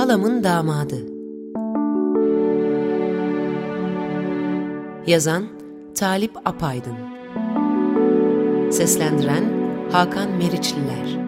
Halamın Damadı. Yazan Talip Apaydın. Seslendiren Hakan Meriçliler.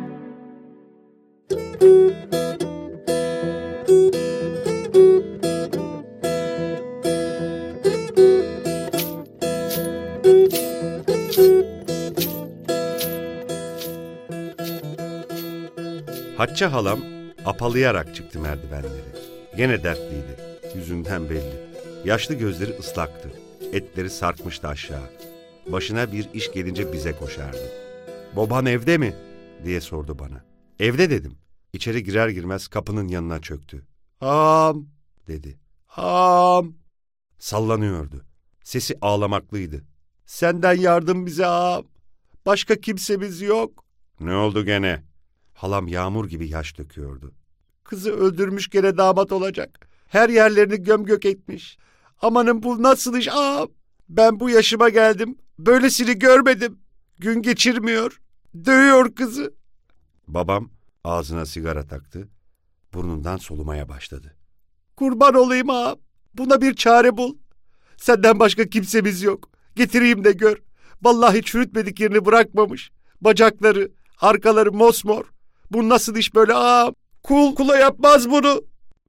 Hatice halam apalayarak çıktı merdivenleri. Gene dertliydi. Yüzünden belli. Yaşlı gözleri ıslaktı. Etleri sarkmıştı aşağı. Başına bir iş gelince bize koşardı. "Baban evde mi?" diye sordu bana. "Evde" dedim. İçeri girer girmez kapının yanına çöktü. "Ağam" dedi. "Ağam." Sallanıyordu. Sesi ağlamaklıydı. "Senden yardım bize ağam. Başka kimsemiz yok." "Ne oldu gene?" Halam yağmur gibi yaş döküyordu. "Kızı öldürmüş, gene damat olacak. Her yerlerini gömgök etmiş. Amanın bu nasıl iş ağam? Ben bu yaşıma geldim. Böylesini görmedim. Gün geçirmiyor. Dövüyor kızı." Babam ağzına sigara taktı. Burnundan solumaya başladı. "Kurban olayım ağam. Buna bir çare bul. Senden başka kimsemiz yok. Getireyim de gör. Vallahi çürütmedik yerini bırakmamış. Bacakları, arkaları mosmor. Bu nasıl iş böyle ağam? Kul kula yapmaz bunu."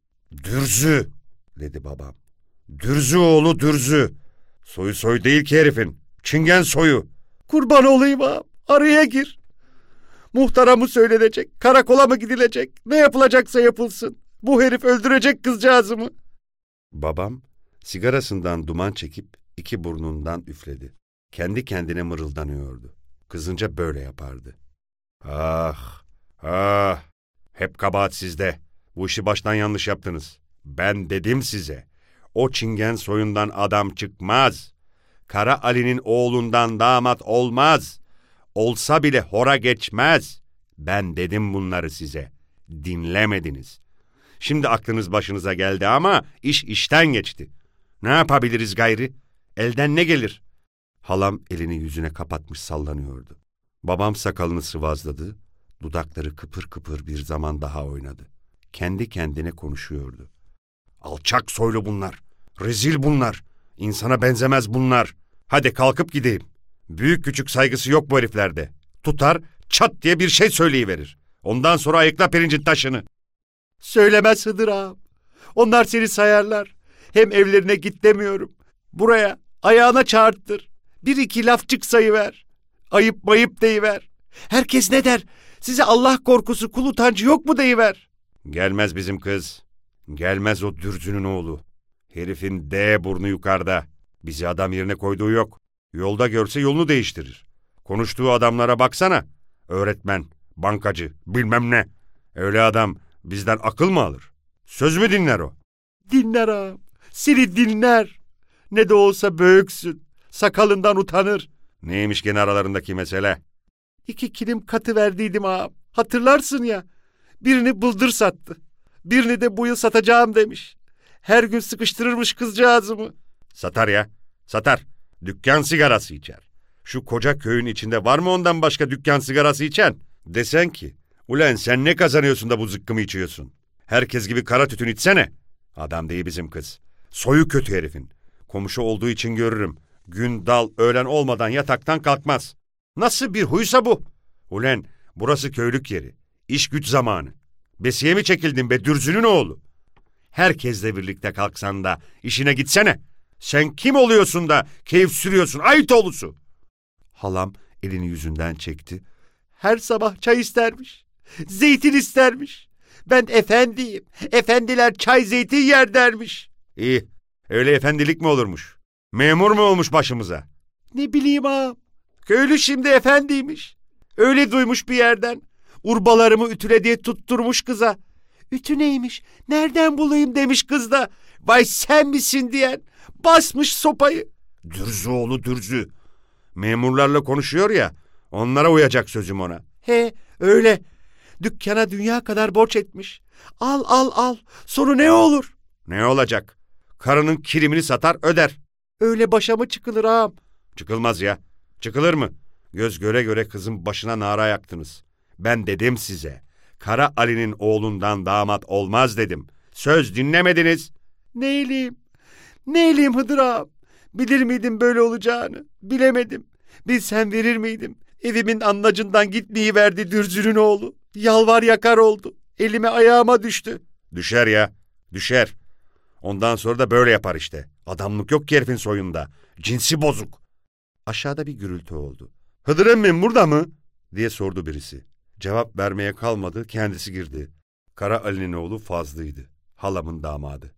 "Dürzü" dedi babam. "Dürzü oğlu Dürzü. Soyu soy değil ki herifin. Çingen soyu." "Kurban olayım ağam. Araya gir. Muhtara mı söylenecek? Karakola mı gidilecek? Ne yapılacaksa yapılsın. Bu herif öldürecek kızcağızımı." Babam sigarasından duman çekip iki burnundan üfledi. Kendi kendine mırıldanıyordu. Kızınca böyle yapardı. "Ah, ah, hep kabahat sizde. Bu işi baştan yanlış yaptınız. Ben dedim size. O çingen soyundan adam çıkmaz. Kara Ali'nin oğlundan damat olmaz. Olsa bile hora geçmez. Ben dedim bunları size. Dinlemediniz. Şimdi aklınız başınıza geldi ama iş işten geçti. Ne yapabiliriz gayri? Elden ne gelir?" Halam elini yüzüne kapatmış sallanıyordu. Babam sakalını sıvazladı. Dudakları kıpır kıpır bir zaman daha oynadı. Kendi kendine konuşuyordu. "Alçak soylu bunlar. Rezil bunlar. İnsana benzemez bunlar. Hadi kalkıp gideyim. Büyük küçük saygısı yok bu heriflerde. Tutar, çat diye bir şey söyleyiverir. Ondan sonra ayıkla pirincin taşını." "Söylemez Hıdır ağam. Onlar seni sayarlar. Hem evlerine git demiyorum. Buraya ayağına çağırttır. Bir iki lafçık sayıver. Ayıp mayıp deyiver. Herkes ne der? Size Allah korkusu, kul utancı yok mu deyiver." "Gelmez bizim kız. Gelmez o Dürzü'nün oğlu. Herifin D burnu yukarıda. Bizi adam yerine koyduğu yok. Yolda görse yolunu değiştirir. Konuştuğu adamlara baksana. Öğretmen, bankacı, bilmem ne. Öyle adam bizden akıl mı alır? Söz mü dinler o?" "Dinler ağam. Seni dinler. Ne de olsa büyüksün. Sakalından utanır." "Neymiş gene aralarındaki mesele?" "2 kilim katı verdiydim ağam. Hatırlarsın ya. Birini bıldır sattı. Birini de bu yıl satacağım demiş. Her gün sıkıştırırmış kızcağızımı." "Satar ya. Satar. Dükkan sigarası içer. Şu koca köyün içinde var mı ondan başka dükkan sigarası içen? Desen ki, ulan sen ne kazanıyorsun da bu zıkkımı içiyorsun? Herkes gibi kara tütün içsene." Adam değil bizim kız. Soyu kötü herifin. Komşu olduğu için görürüm. Gün dal öğlen olmadan yataktan kalkmaz. Nasıl bir huysa bu? Ulan burası köylük yeri. İş güç zamanı. Besiye mi çekildin be Dürzü'nün oğlu? Herkesle birlikte kalksan da işine gitsene. Sen kim oluyorsun da keyif sürüyorsun ayıt oğlusu? Halam elini yüzünden çekti. "Her sabah çay istermiş. Zeytin istermiş. Ben efendiyim. Efendiler çay zeytin yer dermiş." "İyi. Öyle efendilik mi olurmuş? Memur mu olmuş başımıza?" "Ne bileyim ağam. Köylü şimdi efendiymiş. Öyle duymuş bir yerden. Urbalarımı ütüle diye tutturmuş kıza. Ütü neymiş? Nereden bulayım demiş kız da. Vay sen misin diyen. Basmış sopayı." "Dürzü oğlu Dürzü. Memurlarla konuşuyor ya. Onlara uyacak sözüm ona." "He öyle. Dükkana dünya kadar borç etmiş. Al al al. Sonu ne olur?" "Ne olacak? Karının kirimini satar öder." "Öyle başa mı çıkılır ağam?" "Çıkılmaz ya. Çıkılır mı? Göz göre göre kızın başına nara yaktınız. Ben dedim size. Kara Ali'nin oğlundan damat olmaz dedim. Söz dinlemediniz. Neyleyim Hıdır ağam? Bilir miydim böyle olacağını? Bilemedim. Bilsem verir miydim? Evimin anlacından gitmeyiverdi Dürzü'nün oğlu. Yalvar yakar oldu. Elime ayağıma düştü. Düşer ya, düşer. Ondan sonra da böyle yapar işte. Adamlık yok ki herifin soyunda. Cinsi bozuk. Aşağıda bir gürültü oldu. Hıdır emmim burada mı? Diye sordu birisi. Cevap vermeye kalmadı, kendisi girdi. Kara Ali'nin oğlu Fazlı'ydı. Halamın damadı.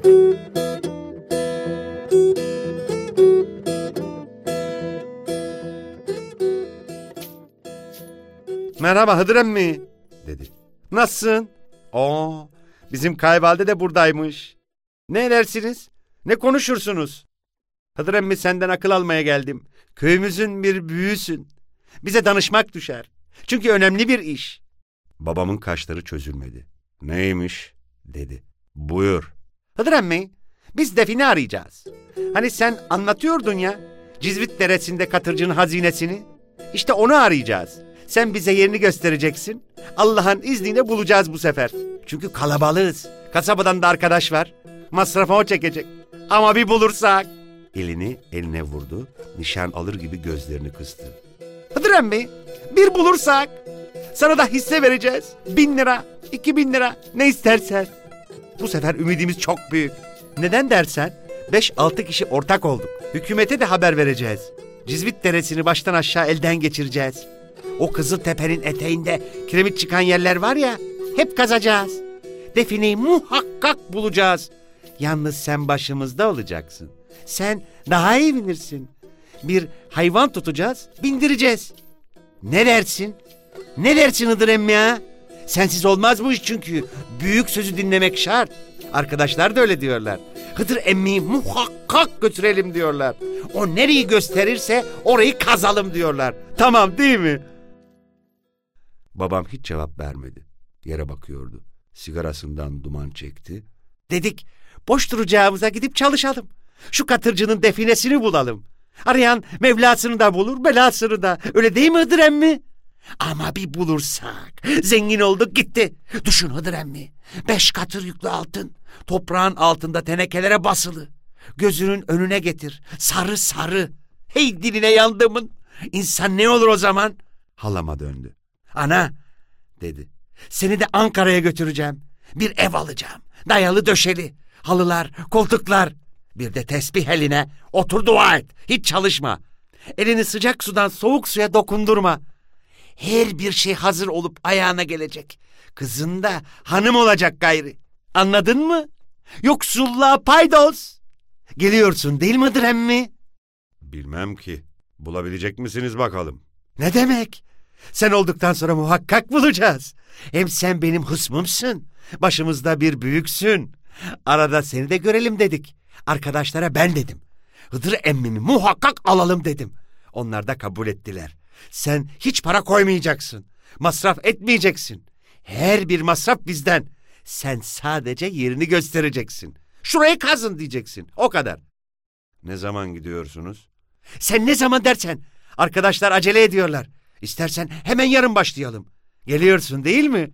Merhaba Hıdır emmi, Dedi. nasılsın? Bizim kayvalide de buradaymış. Ne edersiniz? Ne konuşursunuz? Hıdır emmi, senden akıl almaya geldim. Köyümüzün bir büyüğüsün. Bize danışmak düşer. Çünkü önemli bir iş. Babamın kaşları çözülmedi. Neymiş? Dedi. Buyur. Hıdır emmi, biz define arayacağız. Hani sen anlatıyordun ya, Cizvit Deresi'nde katırcının hazinesini. İşte onu arayacağız. Sen bize yerini göstereceksin. Allah'ın izniyle bulacağız bu sefer. Çünkü kalabalığız. Kasabadan da arkadaş var. Masrafı o çekecek. Ama bir bulursak. Elini eline vurdu, nişan alır gibi gözlerini kıstı. Hıdır emmi, bir bulursak sana da hisse vereceğiz. 1000 lira, 2000 lira, ne istersen. Bu sefer ümidimiz çok büyük. Neden dersen 5-6 kişi ortak olduk. Hükümete de haber vereceğiz. Cizvit Deresi'ni baştan aşağı elden geçireceğiz. O Kızıltepe'nin eteğinde kiremit çıkan yerler var ya, hep kazacağız. Defineyi muhakkak bulacağız. Yalnız sen başımızda olacaksın. Sen daha iyi bilirsin. Bir hayvan tutacağız, bindireceğiz. Ne dersin? Ne dersin Hıdır emmi ya? Sensiz olmaz bu iş çünkü. Büyük sözü dinlemek şart. Arkadaşlar da öyle diyorlar. Hıdır emmiyi muhakkak götürelim diyorlar. O nereyi gösterirse orayı kazalım diyorlar. Tamam değil mi? Babam hiç cevap vermedi. Yere bakıyordu. Sigarasından duman çekti. Dedik, boş duracağımıza gidip çalışalım. Şu katırcının definesini bulalım. Arayan Mevlasını da bulur, belasını da. Öyle değil mi Hıdır emmi? Ama bir bulursak, zengin olduk gitti. Düşün Hıdır emmi, 5 katır yüklü altın, toprağın altında tenekelere basılı. Gözünün önüne getir, sarı sarı. Hey diline yandımın. İnsan ne olur o zaman? Halama döndü. Ana, dedi, seni de Ankara'ya götüreceğim. Bir ev alacağım, dayalı döşeli, halılar, koltuklar. Bir de tesbih eline, otur dua et, hiç çalışma. Elini sıcak sudan soğuk suya dokundurma. Her bir şey hazır olup ayağına gelecek. Kızın da hanım olacak gayri. Anladın mı? Yoksulluğa paydos. Geliyorsun değil midir emmi? Bilmem ki. Bulabilecek misiniz bakalım? Ne demek? Sen olduktan sonra muhakkak bulacağız. Hem sen benim hısmımsın. Başımızda bir büyüksün. Arada seni de görelim dedik. Arkadaşlara ben dedim. Hıdır emmimi muhakkak alalım dedim. Onlar da kabul ettiler. Sen hiç para koymayacaksın. Masraf etmeyeceksin. Her bir masraf bizden. Sen sadece yerini göstereceksin. Şurayı kazın diyeceksin. O kadar. Ne zaman gidiyorsunuz? Sen ne zaman dersen. Arkadaşlar acele ediyorlar. İstersen hemen yarın başlayalım. Geliyorsun değil mi?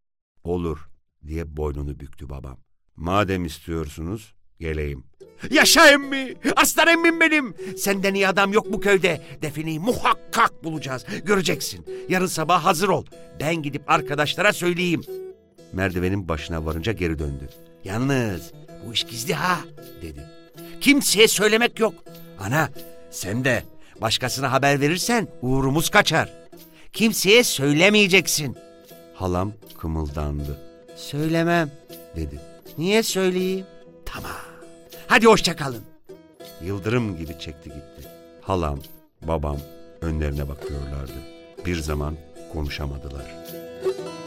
Olur diye boynunu büktü babam. Madem istiyorsunuz geleyim. Yaşa emmi! Aslan emmim benim! Senden iyi adam yok bu köyde. Defineyi muhakkak bulacağız. Göreceksin. Yarın sabah hazır ol. Ben gidip arkadaşlara söyleyeyim. Merdivenin başına varınca geri döndü. Yalnız bu iş gizli ha, dedi. Kimseye söylemek yok. Ana, sen de başkasına haber verirsen uğrumuz kaçar. Kimseye söylemeyeceksin. Halam kımıldandı. Söylemem, dedi. Niye söyleyeyim? Tamam. Hadi hoşça kalın. Yıldırım gibi çekti gitti. Halam, babam önlerine bakıyorlardı. Bir zaman konuşamadılar.